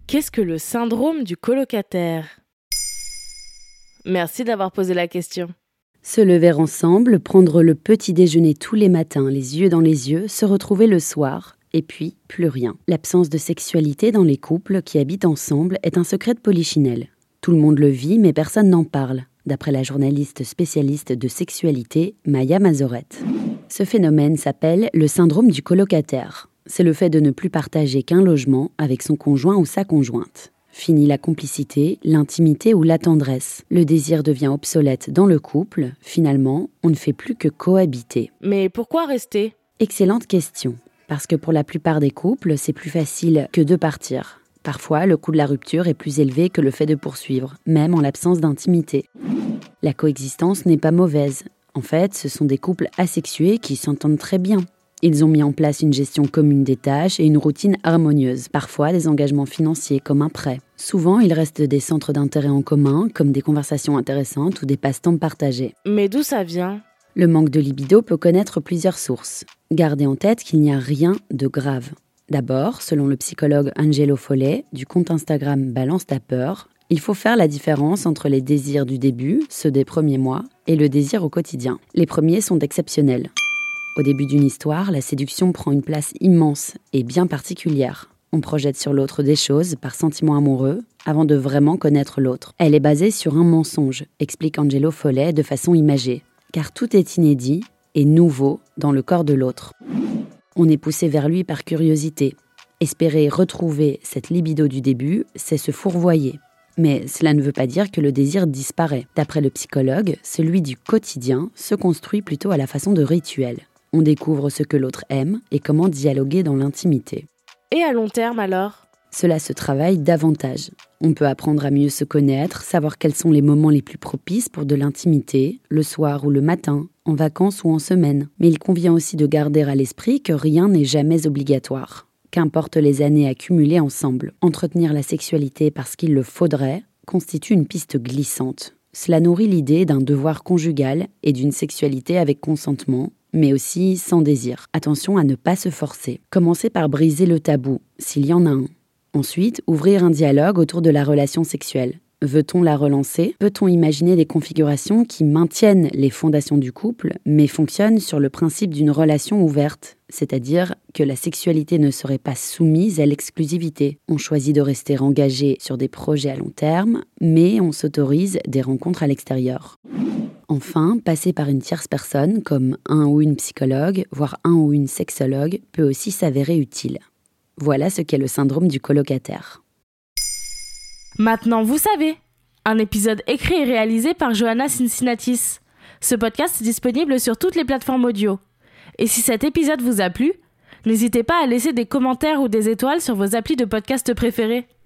Qu'est-ce que le syndrome du colocataire ? Merci d'avoir posé la question. Se lever ensemble, prendre le petit déjeuner tous les matins, les yeux dans les yeux, se retrouver le soir, et puis plus rien. L'absence de sexualité dans les couples qui habitent ensemble est un secret de polichinelle. Tout le monde le vit, mais personne n'en parle, d'après la journaliste spécialiste de sexualité, Maya Mazorette. Ce phénomène s'appelle le syndrome du colocataire. C'est le fait de ne plus partager qu'un logement avec son conjoint ou sa conjointe. Fini la complicité, l'intimité ou la tendresse. Le désir devient obsolète dans le couple. Finalement, on ne fait plus que cohabiter. Mais pourquoi rester ? Excellente question. Parce que pour la plupart des couples, c'est plus facile que de partir. Parfois, le coût de la rupture est plus élevé que le fait de poursuivre, même en l'absence d'intimité. La coexistence n'est pas mauvaise. En fait, ce sont des couples asexués qui s'entendent très bien. Ils ont mis en place une gestion commune des tâches et une routine harmonieuse, parfois des engagements financiers comme un prêt. Souvent, il reste des centres d'intérêt en commun, comme des conversations intéressantes ou des passe-temps partagés. Mais d'où ça vient ? Le manque de libido peut connaître plusieurs sources. Gardez en tête qu'il n'y a rien de grave. D'abord, selon le psychologue Angelo Follet, du compte Instagram Balance ta peur, il faut faire la différence entre les désirs du début, ceux des premiers mois, et le désir au quotidien. Les premiers sont exceptionnels. Au début d'une histoire, la séduction prend une place immense et bien particulière. On projette sur l'autre des choses par sentiment amoureux avant de vraiment connaître l'autre. Elle est basée sur un mensonge, explique Angelo Follet de façon imagée, car tout est inédit et nouveau dans le corps de l'autre. On est poussé vers lui par curiosité. Espérer retrouver cette libido du début, c'est se fourvoyer. Mais cela ne veut pas dire que le désir disparaît. D'après le psychologue, celui du quotidien se construit plutôt à la façon de rituel. On découvre ce que l'autre aime et comment dialoguer dans l'intimité. Et à long terme alors ? Cela se travaille davantage. On peut apprendre à mieux se connaître, savoir quels sont les moments les plus propices pour de l'intimité, le soir ou le matin, en vacances ou en semaine. Mais il convient aussi de garder à l'esprit que rien n'est jamais obligatoire. Qu'importe les années accumulées ensemble, entretenir la sexualité parce qu'il le faudrait constitue une piste glissante. Cela nourrit l'idée d'un devoir conjugal et d'une sexualité avec consentement, mais aussi sans désir. Attention à ne pas se forcer. Commencez par briser le tabou, s'il y en a un. Ensuite, ouvrir un dialogue autour de la relation sexuelle. Veut-on la relancer ? Peut-on imaginer des configurations qui maintiennent les fondations du couple, mais fonctionnent sur le principe d'une relation ouverte ? C'est-à-dire que la sexualité ne serait pas soumise à l'exclusivité. On choisit de rester engagé sur des projets à long terme, mais on s'autorise des rencontres à l'extérieur. Enfin, passer par une tierce personne, comme un ou une psychologue, voire un ou une sexologue, peut aussi s'avérer utile. Voilà ce qu'est le syndrome du colocataire. Maintenant vous savez, un épisode écrit et réalisé par Johanna Cincinnatis. Ce podcast est disponible sur toutes les plateformes audio. Et si cet épisode vous a plu, n'hésitez pas à laisser des commentaires ou des étoiles sur vos applis de podcast préférés.